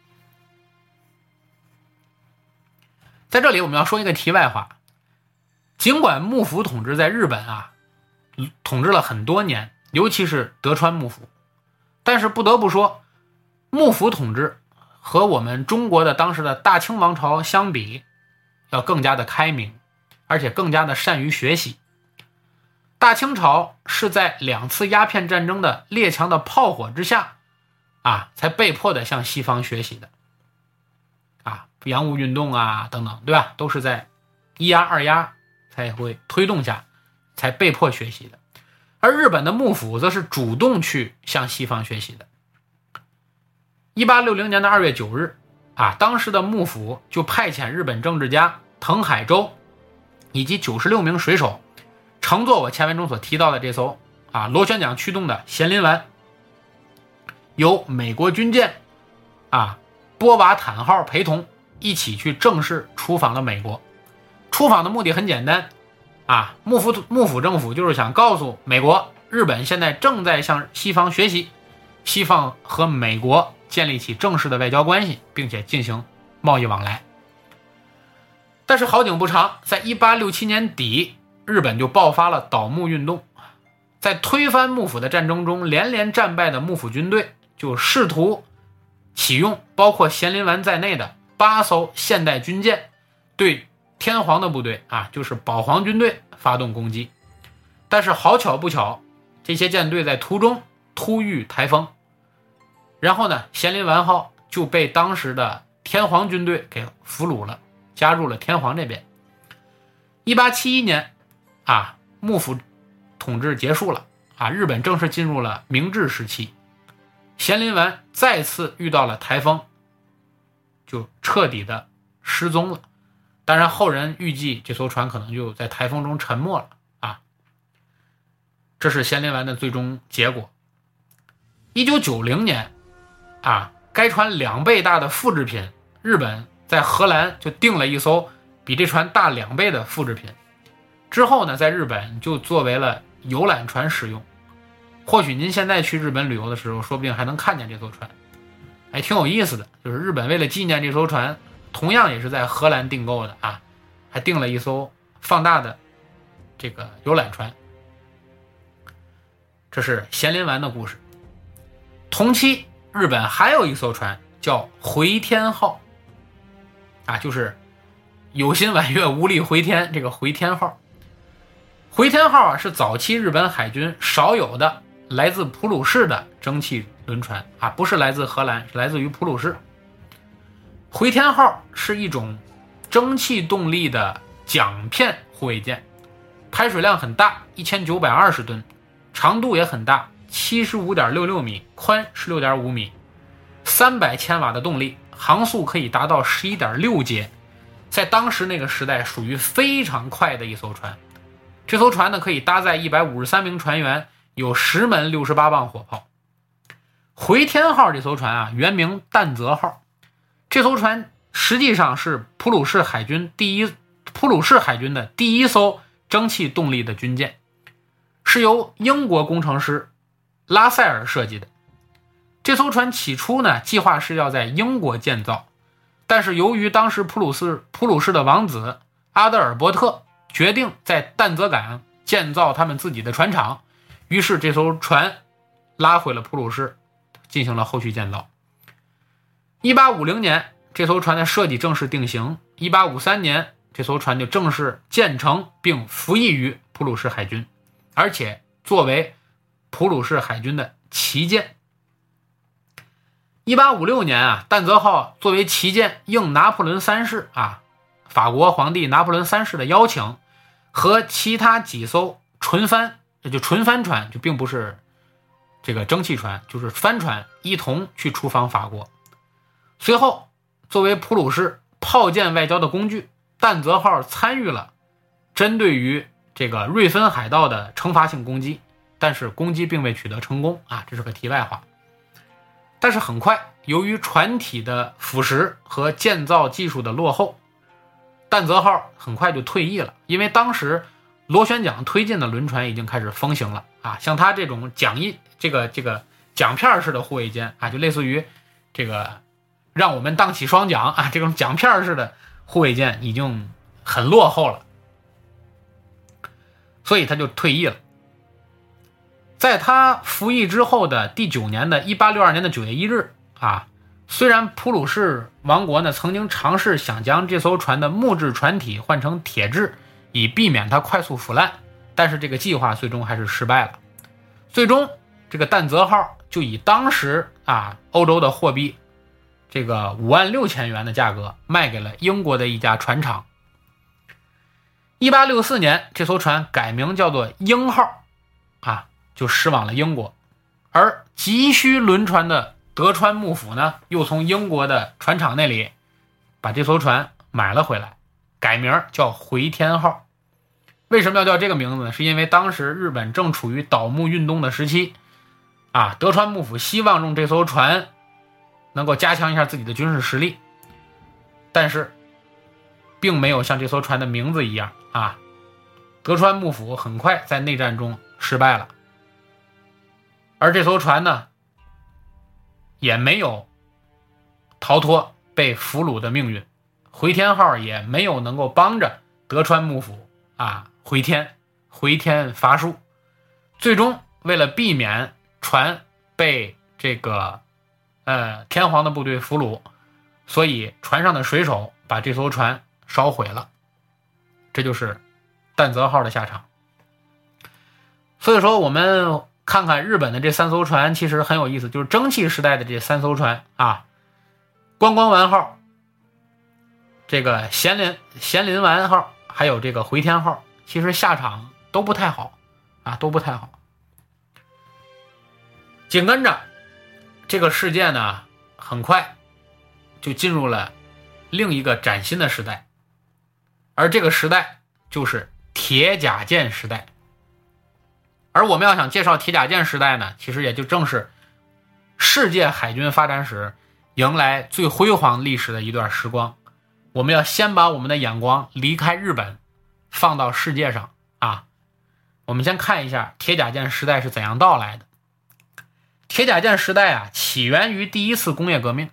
在这里我们要说一个题外话，尽管幕府统治在日本统治了很多年，尤其是德川幕府，但是不得不说，幕府统治和我们中国的当时的大清王朝相比，要更加的开明，而且更加的善于学习。大清朝是在2次鸦片战争的列强的炮火之下才被迫的向西方学习的洋务运动等等，对吧？都是在一鸦二鸦才会推动下才被迫学习的。而日本的幕府则是主动去向西方学习的。1860年的2月9日当时的幕府就派遣日本政治家藤海洲以及96名水手，乘坐我前文中所提到的这艘螺旋桨驱动的咸临丸，由美国军舰波瓦坦号陪同，一起去正式出访了美国。出访的目的很简单幕府政府就是想告诉美国，日本现在正在向西方学习，西方和美国建立起正式的外交关系，并且进行贸易往来。但是好景不长，在1867年底，日本就爆发了倒幕运动。在推翻幕府的战争中，连连战败的幕府军队就试图启用包括咸临丸在内的8艘现代军舰，对天皇的部队就是保皇军队发动攻击。但是好巧不巧，这些舰队在途中突遇台风，然后呢，咸临丸号就被当时的天皇军队给俘虏了，加入了天皇这边。1871年幕府统治结束了日本正式进入了明治时期。咸临丸再次遇到了台风，就彻底的失踪了。当然后人预计这艘船可能就在台风中沉没了这是咸临丸的最终结果。1990年该船2倍大的复制品，日本在荷兰就订了一艘比这船大2倍的复制品，之后呢，在日本就作为了游览船使用。或许您现在去日本旅游的时候，说不定还能看见这艘船，挺有意思的。就是日本为了纪念这艘船，同样也是在荷兰订购的还订了一艘放大的这个游览船。这是咸临丸的故事。同期日本还有一艘船叫回天号就是有心婉月无力回天，这个回天号。回天号是早期日本海军少有的来自普鲁士的蒸汽轮船不是来自荷兰，是来自于普鲁士。回天号是一种蒸汽动力的桨片护卫舰，排水量很大，1920吨，长度也很大，75.66米，宽16.5米，300千瓦的动力，航速可以达到11.6节，在当时那个时代属于非常快的一艘船。这艘船呢可以搭载153名船员，有10门68磅火炮。回天号这艘船原名淡泽号，这艘船实际上是普鲁士海军的第一艘蒸汽动力的军舰，是由英国工程师拉塞尔设计的。这艘船起初呢计划是要在英国建造，但是由于当时普鲁士的王子阿德尔伯特决定在淡泽港建造他们自己的船厂，于是这艘船拉回了普鲁士进行了后续建造。1850年这艘船的设计正式定型，1853年这艘船就正式建成并服役于普鲁士海军，而且作为普鲁士海军的旗舰。1856年淡泽号作为旗舰应拿破仑三世法国皇帝拿破仑三世的邀请，和其他几艘纯帆船，就并不是这个蒸汽船，就是帆船，一同去出访法国。随后作为普鲁士炮舰外交的工具，淡泽号参与了针对于这个瑞芬海盗的惩罚性攻击，但是攻击并未取得成功这是个题外话。但是很快，由于船体的腐蚀和建造技术的落后，淡泽号很快就退役了。因为当时螺旋桨推进的轮船已经开始风行了啊，像它这种桨片式的护卫舰啊，就类似于这个让我们荡起双桨啊，这种桨片式的护卫舰已经很落后了，所以他就退役了。在他服役之后的第9年的1862年的9月1日啊，虽然普鲁士王国呢曾经尝试想将这艘船的木质船体换成铁质，以避免它快速腐烂，但是这个计划最终还是失败了。最终这个但泽号就以当时欧洲的货币这个56000元的价格卖给了英国的一家船厂。1864年这艘船改名叫做鹰号就驶往了英国，而急需轮船的德川幕府呢又从英国的船厂那里把这艘船买了回来，改名叫回天号。为什么要叫这个名字呢？是因为当时日本正处于倒幕运动的时期德川幕府希望用这艘船能够加强一下自己的军事实力，但是并没有像这艘船的名字一样德川幕府很快在内战中失败了，而这艘船呢也没有逃脱被俘虏的命运，回天号也没有能够帮着德川幕府回天乏术。最终为了避免船被这个天皇的部队俘虏，所以船上的水手把这艘船烧毁了，这就是但泽号的下场。所以说我们看看日本的这3艘船其实很有意思，就是蒸汽时代的这3艘船观光丸号、这个咸临丸号还有这个回天号，其实下场都不太好都不太好。紧跟着这个世界呢很快就进入了另一个崭新的时代，而这个时代就是铁甲舰时代。而我们要想介绍铁甲舰时代呢，其实也就正是世界海军发展史迎来最辉煌历史的一段时光。我们要先把我们的眼光离开日本，放到世界上我们先看一下铁甲舰时代是怎样到来的。铁甲舰时代起源于第一次工业革命。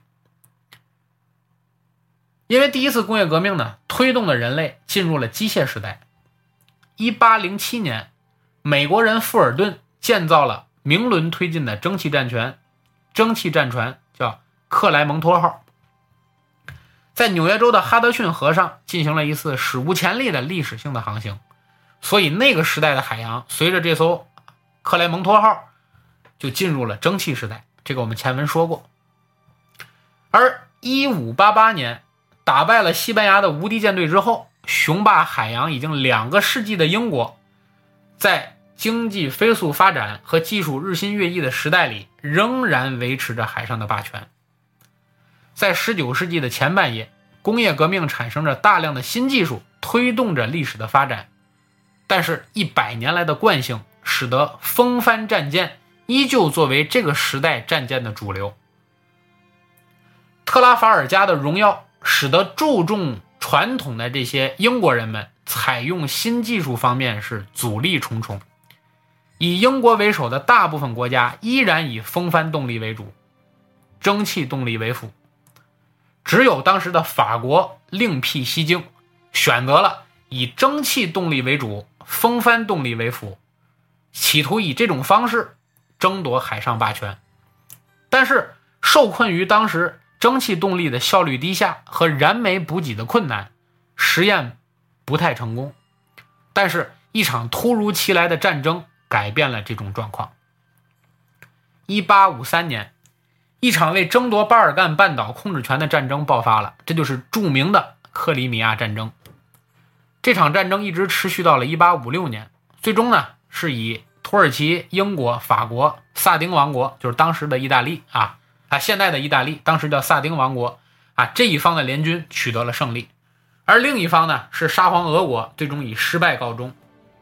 因为第一次工业革命呢，推动了人类进入了机械时代。1807年，美国人富尔顿建造了明轮推进的蒸汽战船，叫克莱蒙托号，在纽约州的哈德逊河上进行了一次史无前例的历史性的航行。所以那个时代的海洋随着这艘克莱蒙托号就进入了蒸汽时代，这个我们前文说过。而1588年打败了西班牙的无敌舰队之后，雄霸海洋已经2个世纪的英国，在经济飞速发展和技术日新月异的时代里，仍然维持着海上的霸权。在19世纪的前半叶，工业革命产生着大量的新技术，推动着历史的发展。但是100年来的惯性使得风帆战舰依旧作为这个时代战舰的主流。特拉法尔加的荣耀使得注重传统的这些英国人们采用新技术方面是阻力重重。以英国为首的大部分国家依然以风帆动力为主，蒸汽动力为辅。只有当时的法国另辟蹊径，选择了以蒸汽动力为主，风帆动力为辅，企图以这种方式争夺海上霸权。但是受困于当时蒸汽动力的效率低下和燃煤补给的困难，实验不太成功。但是一场突如其来的战争改变了这种状况。1853年，一场为争夺巴尔干半岛控制权的战争爆发了，这就是著名的克里米亚战争。这场战争一直持续到了1856年，最终呢是以土耳其、英国、法国、萨丁王国，就是当时的意大利现在的意大利，当时叫萨丁王国这一方的联军取得了胜利，而另一方呢是沙皇俄国，最终以失败告终。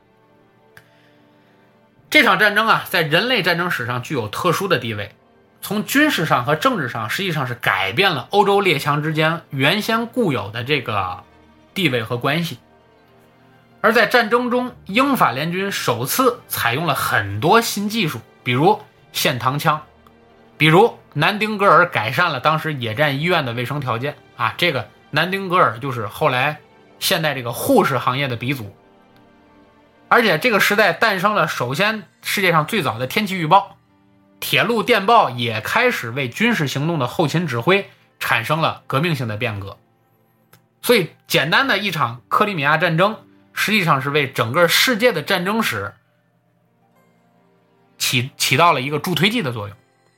这场战争在人类战争史上具有特殊的地位，从军事上和政治上实际上是改变了欧洲列强之间原先固有的这个地位和关系。 而在战争中，英法联军首次采用了很多新技术，比如线膛枪，比如南丁格尔改善了当时野战医院的卫生条件啊，这个南丁格尔就是后来现代这个护士行业的鼻祖。而且这个时代诞生了首先世界上最早的天气预报，铁路电报也开始为军事行动的后勤指挥产生了革命性的变革。所以简单的一场克里米亚战争实际上是为整个世界的战争史起到了一个助推剂的作用。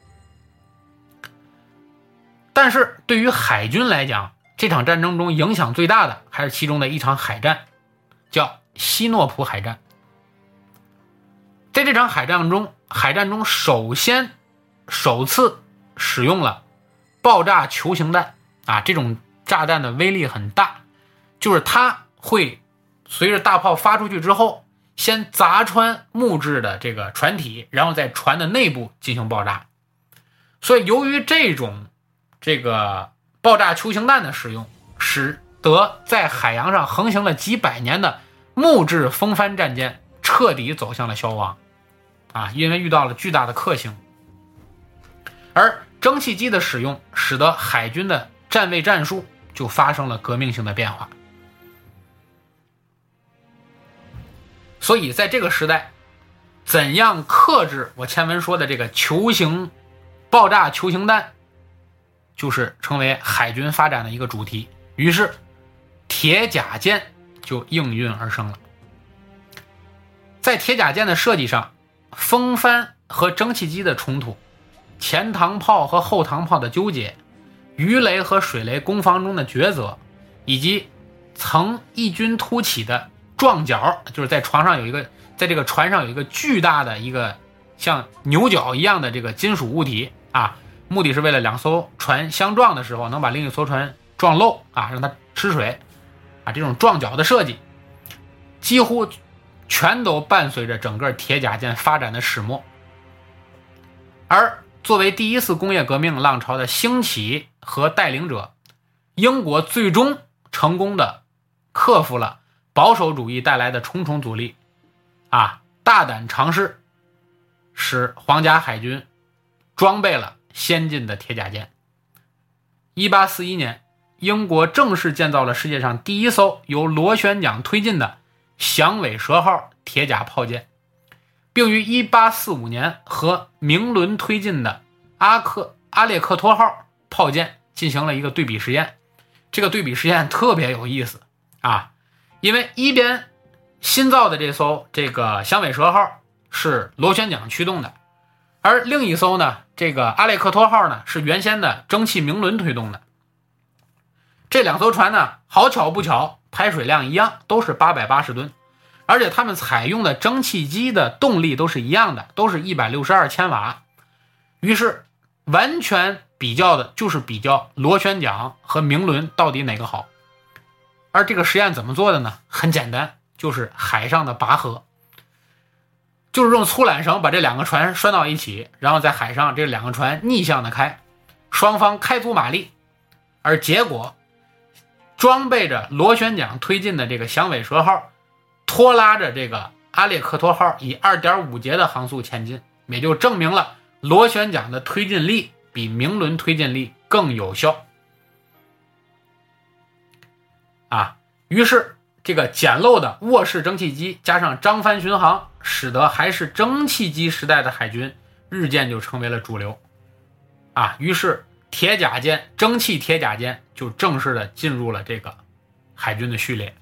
但是对于海军来讲，这场战争中影响最大的还是其中的一场海战，叫希诺普海战。在这场海战中首次使用了爆炸球形弹啊，这种炸弹的威力很大，就是它会随着大炮发出去之后，先砸穿木质的这个船体，然后在船的内部进行爆炸。所以由于这个爆炸球形弹的使用，使得在海洋上横行了几百年的木质风帆战舰彻底走向了消亡啊，因为遇到了巨大的克星。而蒸汽机的使用使得海军的站位战术就发生了革命性的变化。所以在这个时代，怎样克制我前文说的这个爆炸球形弹，就是成为海军发展的一个主题。于是铁甲舰就应运而生了。在铁甲舰的设计上，风帆和蒸汽机的冲突，前膛炮和后膛炮的纠结，鱼雷和水雷攻防中的抉择，以及曾异军突起的撞角，就是在这个船上有一个巨大的一个像牛角一样的这个金属物体啊，目的是为了两艘船相撞的时候能把另一艘船撞漏啊，让它吃水啊，这种撞角的设计几乎全都伴随着整个铁甲舰发展的始末。而作为第一次工业革命浪潮的兴起和带领者，英国最终成功的克服了保守主义带来的重重阻力啊，大胆尝试使皇家海军装备了先进的铁甲舰。1841年，英国正式建造了世界上第一艘由螺旋桨推进的响尾蛇号铁甲炮舰，并于1845年和明轮推进的阿列克托号炮舰进行了一个对比实验。这个对比实验特别有意思啊，因为一边新造的这个响尾蛇号是螺旋桨驱动的，而另一艘呢，这个阿列克托号呢是原先的蒸汽明轮推动的。这两艘船呢，好巧不巧，排水量一样，都是880吨，而且它们采用的蒸汽机的动力都是一样的，都是162千瓦。于是完全比较的就是比较螺旋桨和明轮到底哪个好。而这个实验怎么做的呢？很简单，就是海上的拔河，就是用粗缆绳把这两个船拴到一起，然后在海上这两个船逆向的开，双方开足马力，而结果装备着螺旋桨推进的这个响尾蛇号拖拉着这个阿列克托号以 2.5 节的航速前进，也就证明了螺旋桨的推进力比明轮推进力更有效啊。于是这个简陋的卧式蒸汽机加上张帆巡航，使得还是蒸汽机时代的海军日渐就成为了主流啊。于是蒸汽铁甲舰就正式的进入了这个海军的序列。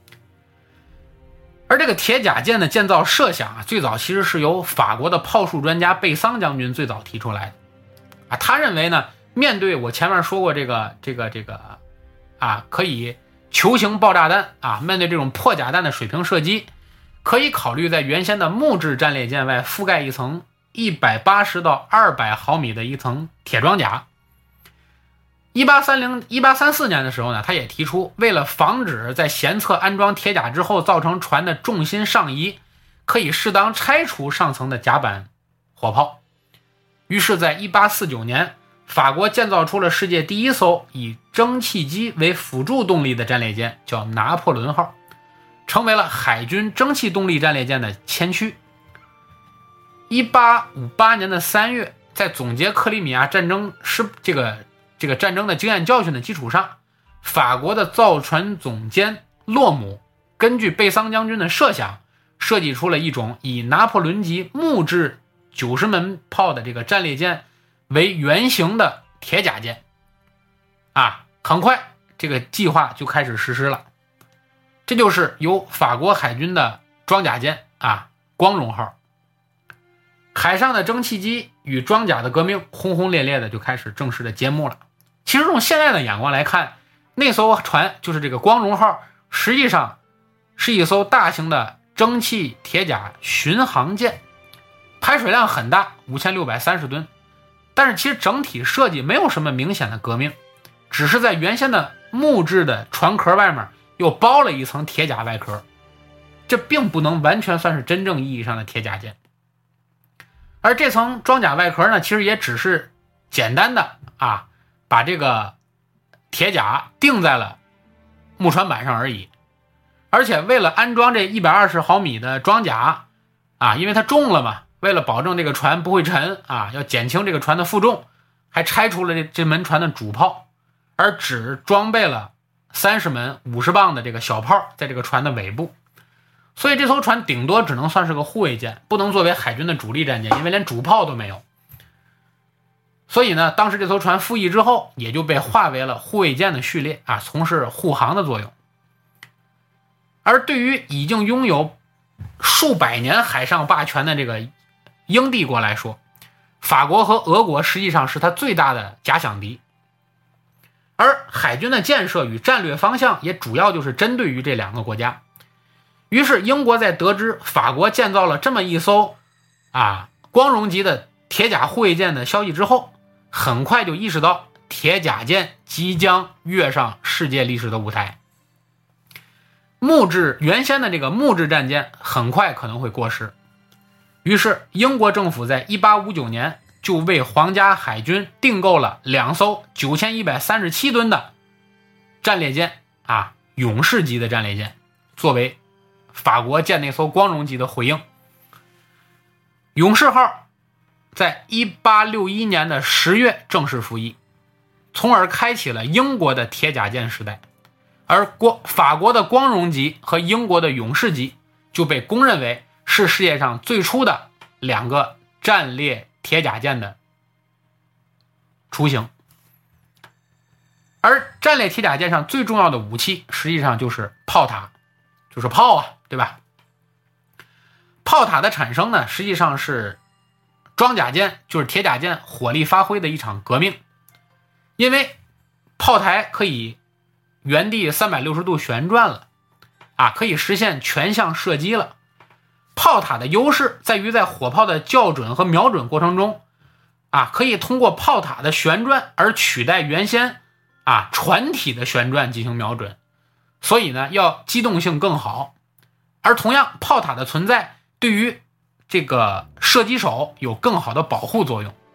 而这个铁甲舰的建造设想啊，最早其实是由法国的炮术专家贝桑将军最早提出来的啊。他认为呢，面对我前面说过这个可以球形爆炸弹啊，面对这种破甲弹的水平射击，可以考虑在原先的木质战列舰外覆盖一层180到200毫米的一层铁装甲。1834年的时候呢，他也提出，为了防止在舷侧安装铁甲之后造成船的重心上移，可以适当拆除上层的甲板火炮。于是在1849年，法国建造出了世界第一艘以蒸汽机为辅助动力的战列舰，叫拿破仑号。 成为了海军蒸汽动力战列舰的前驱。1858年的3月，在总结克里米亚战争这个战争的经验教训的基础上，法国的造船总监洛姆根据贝桑将军的设想，设计出了一种以拿破仑级木质90门炮的这个战列舰为原型的铁甲舰。很快这个计划就开始实施了。这就是由法国海军的装甲舰光荣号。海上的蒸汽机与装甲的革命轰轰烈烈的就开始正式的揭幕了。其实用现在的眼光来看，那艘船就是这个光荣号，实际上是一艘大型的蒸汽铁甲巡航舰，排水量很大，5630吨。但是其实整体设计没有什么明显的革命，只是在原先的木质的船壳外面又包了一层铁甲外壳，这并不能完全算是真正意义上的铁甲舰。而这层装甲外壳呢，其实也只是简单的把这个铁甲钉在了木船板上而已。而且为了安装这120毫米的装甲因为它重了嘛，为了保证这个船不会沉要减轻这个船的负重，还拆除了这门船的主炮，而只装备了30门50磅的这个小炮在这个船的尾部。所以这艘船顶多只能算是个护卫舰，不能作为海军的主力战舰，因为连主炮都没有。所以呢，当时这艘船服役之后，也就被划为了护卫舰的序列从事护航的作用。而对于已经拥有数百年海上霸权的这个英帝国来说，法国和俄国实际上是它最大的假想敌。而海军的建设与战略方向也主要就是针对于这两个国家。于是英国在得知法国建造了这么一艘光荣级的铁甲护卫舰的消息之后，很快就意识到铁甲舰即将跃上世界历史的舞台。原先的这个木质战舰很快可能会过时，于是英国政府在1859年就为皇家海军订购了2艘9137吨的战列舰勇士级的战列舰，作为法国建那艘光荣级的回应。勇士号在1861年的10月正式服役，从而开启了英国的铁甲舰时代。而法国的光荣级和英国的勇士级就被公认为是世界上最初的2个战列铁甲舰的雏形。而战列铁甲舰上最重要的武器实际上就是炮塔，就是炮对吧？炮塔的产生呢，实际上是装甲舰就是铁甲舰火力发挥的一场革命。因为炮台可以原地360度旋转了可以实现全向射击了。炮塔的优势在于在火炮的校准和瞄准过程中可以通过炮塔的旋转而取代原先船体的旋转进行瞄准，所以呢要机动性更好。而同样炮塔的存在对于这个射击手有更好的保护作用。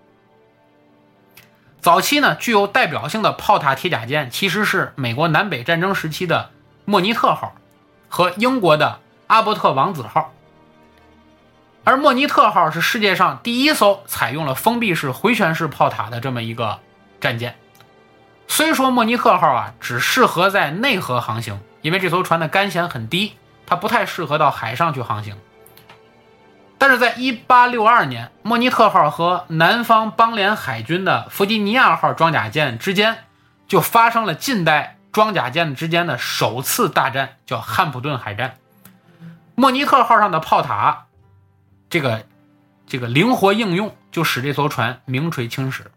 早期呢，具有代表性的炮塔铁甲舰其实是美国南北战争时期的莫尼特号和英国的阿伯特王子号。而莫尼特号是世界上第一艘采用了封闭式回旋式炮塔的这么一个战舰。虽说莫尼特号只适合在内河航行，因为这艘船的干舷很低，它不太适合到海上去航行。但是在1862年，莫尼特号和南方邦联海军的弗吉尼亚号装甲舰之间就发生了近代装甲舰之间的首次大战，叫汉普顿海战。莫尼特号上的炮塔这个灵活应用，就使这艘船名垂青史。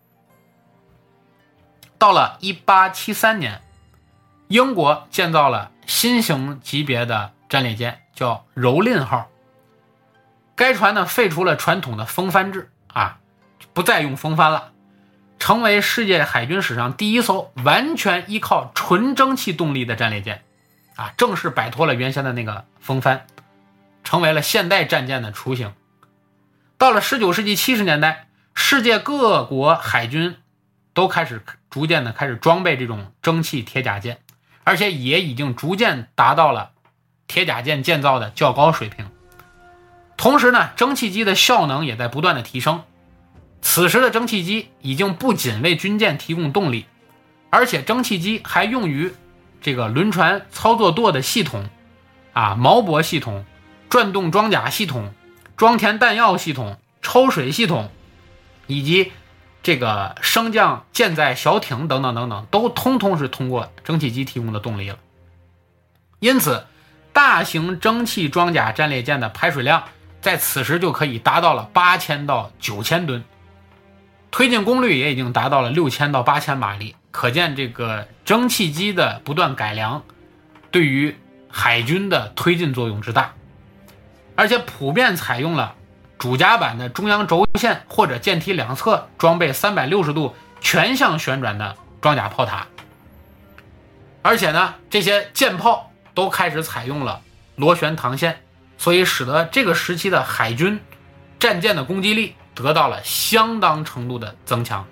到了1873年，英国建造了新型级别的战列舰，叫蹂躏号。该船呢废除了传统的风帆制不再用风帆了，成为世界海军史上第一艘完全依靠纯蒸汽动力的战列舰正式摆脱了原先的那个风帆，成为了现代战舰的雏形。到了19世纪70年代，世界各国海军都逐渐的开始装备这种蒸汽铁甲舰，而且也已经逐渐达到了铁甲舰建造的较高水平。同时呢，蒸汽机的效能也在不断的提升。此时的蒸汽机已经不仅为军舰提供动力，而且蒸汽机还用于这个轮船操作舵的系统锚泊系统、转动装甲系统、装填弹药系统、抽水系统，以及这个升降舰载小艇等等等等，都通通是通过蒸汽机提供的动力了。因此大型蒸汽装甲战列舰的排水量在此时就可以达到了8000到9000吨，推进功率也已经达到了6000到8000马力，可见这个蒸汽机的不断改良对于海军的推进作用之大。而且普遍采用了主甲板的中央轴线或者舰体两侧装备360度全向旋转的装甲炮塔。而且呢，这些舰炮都开始采用了螺旋膛线，所以使得这个时期的海军战舰的攻击力得到了相当程度的增强。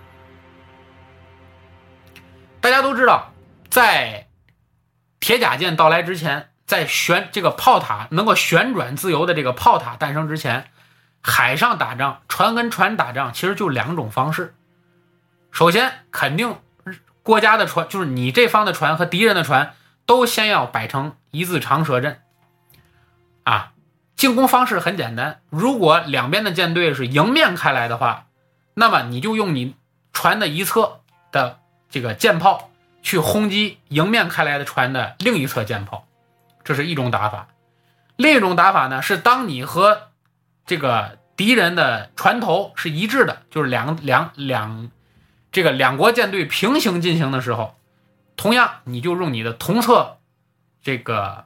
大家都知道，在铁甲舰到来之前，在这个炮塔能够旋转自由的这个炮塔诞生之前，海上打仗，船跟船打仗其实就两种方式。首先肯定国家的船，就是你这方的船和敌人的船都先要摆成一字长蛇阵进攻方式很简单，如果两边的舰队是迎面开来的话，那么你就用你船的一侧的这个舰炮去轰击迎面开来的船的另一侧舰炮，这是一种打法。另一种打法呢，是当你和这个敌人的船头是一致的，就是两国舰队平行进行的时候，同样你就用你的同侧这个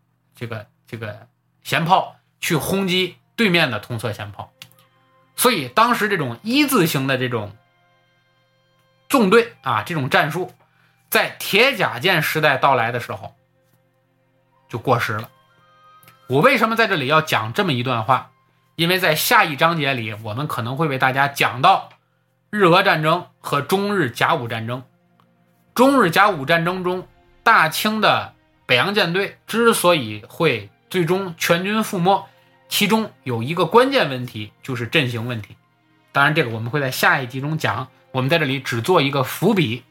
舷炮去轰击对面的同侧舷炮。所以当时这种一字形的这种纵队这种战术，在铁甲舰时代到来的时候就过时了。我为什么在这里要讲这么一段话？因为在下一章节里，我们可能会为大家讲到日俄战争和中日甲午战争。中日甲午战争中，大清的北洋舰队之所以会最终全军覆没，其中有一个关键问题，就是阵型问题。当然这个我们会在下一集中讲，我们在这里只做一个伏笔。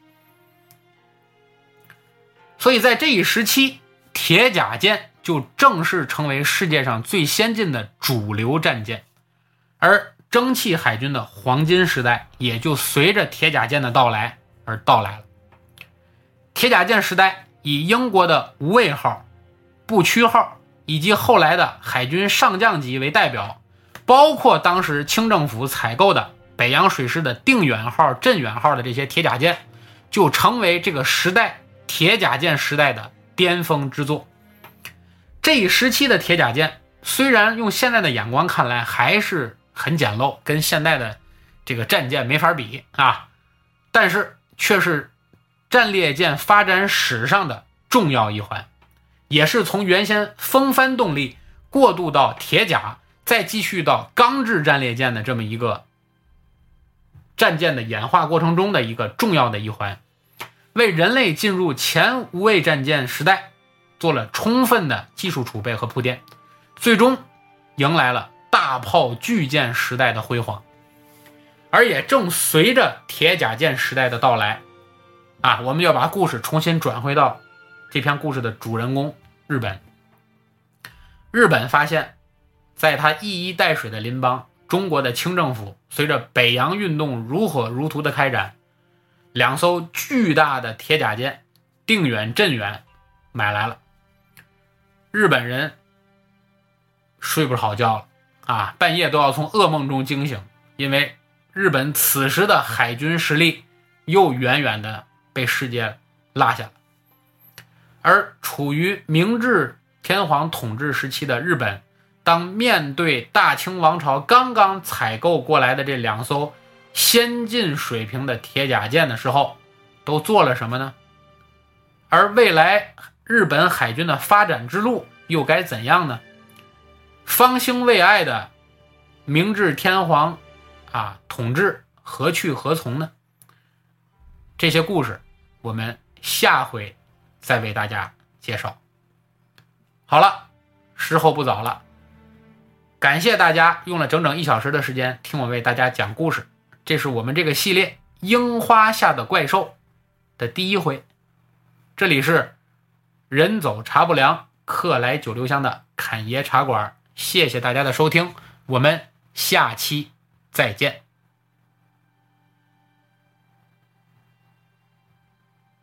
所以在这一时期，铁甲舰就正式成为世界上最先进的主流战舰，而蒸汽海军的黄金时代也就随着铁甲舰的到来而到来了。铁甲舰时代以英国的无畏号、不屈号以及后来的海军上将级为代表，包括当时清政府采购的北洋水师的定远号、镇远号的这些铁甲舰，就成为这个时代铁甲舰时代的巅峰之作。这一时期的铁甲舰虽然用现在的眼光看来还是很简陋，跟现代的这个战舰没法比但是却是战列舰发展史上的重要一环，也是从原先风帆动力过渡到铁甲，再继续到钢制战列舰的这么一个战舰的演化过程中的一个重要的一环，为人类进入前无畏战舰时代做了充分的技术储备和铺垫，最终迎来了大炮巨舰时代的辉煌。而也正随着铁甲舰时代的到来我们要把故事重新转回到这篇故事的主人公日本。日本发现在他一衣带水的邻邦中国的清政府，随着北洋运动如火如荼的开展，两艘巨大的铁甲舰定远、镇远买来了。日本人睡不好觉了半夜都要从噩梦中惊醒，因为日本此时的海军实力又远远的被世界落下了。而处于明治天皇统治时期的日本，当面对大清王朝刚刚采购过来的这两艘先进水平的铁甲舰的时候，都做了什么呢？而未来日本海军的发展之路又该怎样呢？方兴未艾的明治天皇统治何去何从呢？这些故事我们下回再为大家介绍。 好了，时候不早了，感谢大家用了整整1小时的时间听我为大家讲故事。这是我们这个系列樱花下的怪兽的第1回。这里是人走茶不凉，客来酒留香的侃爷茶馆，谢谢大家的收听，我们下期再见。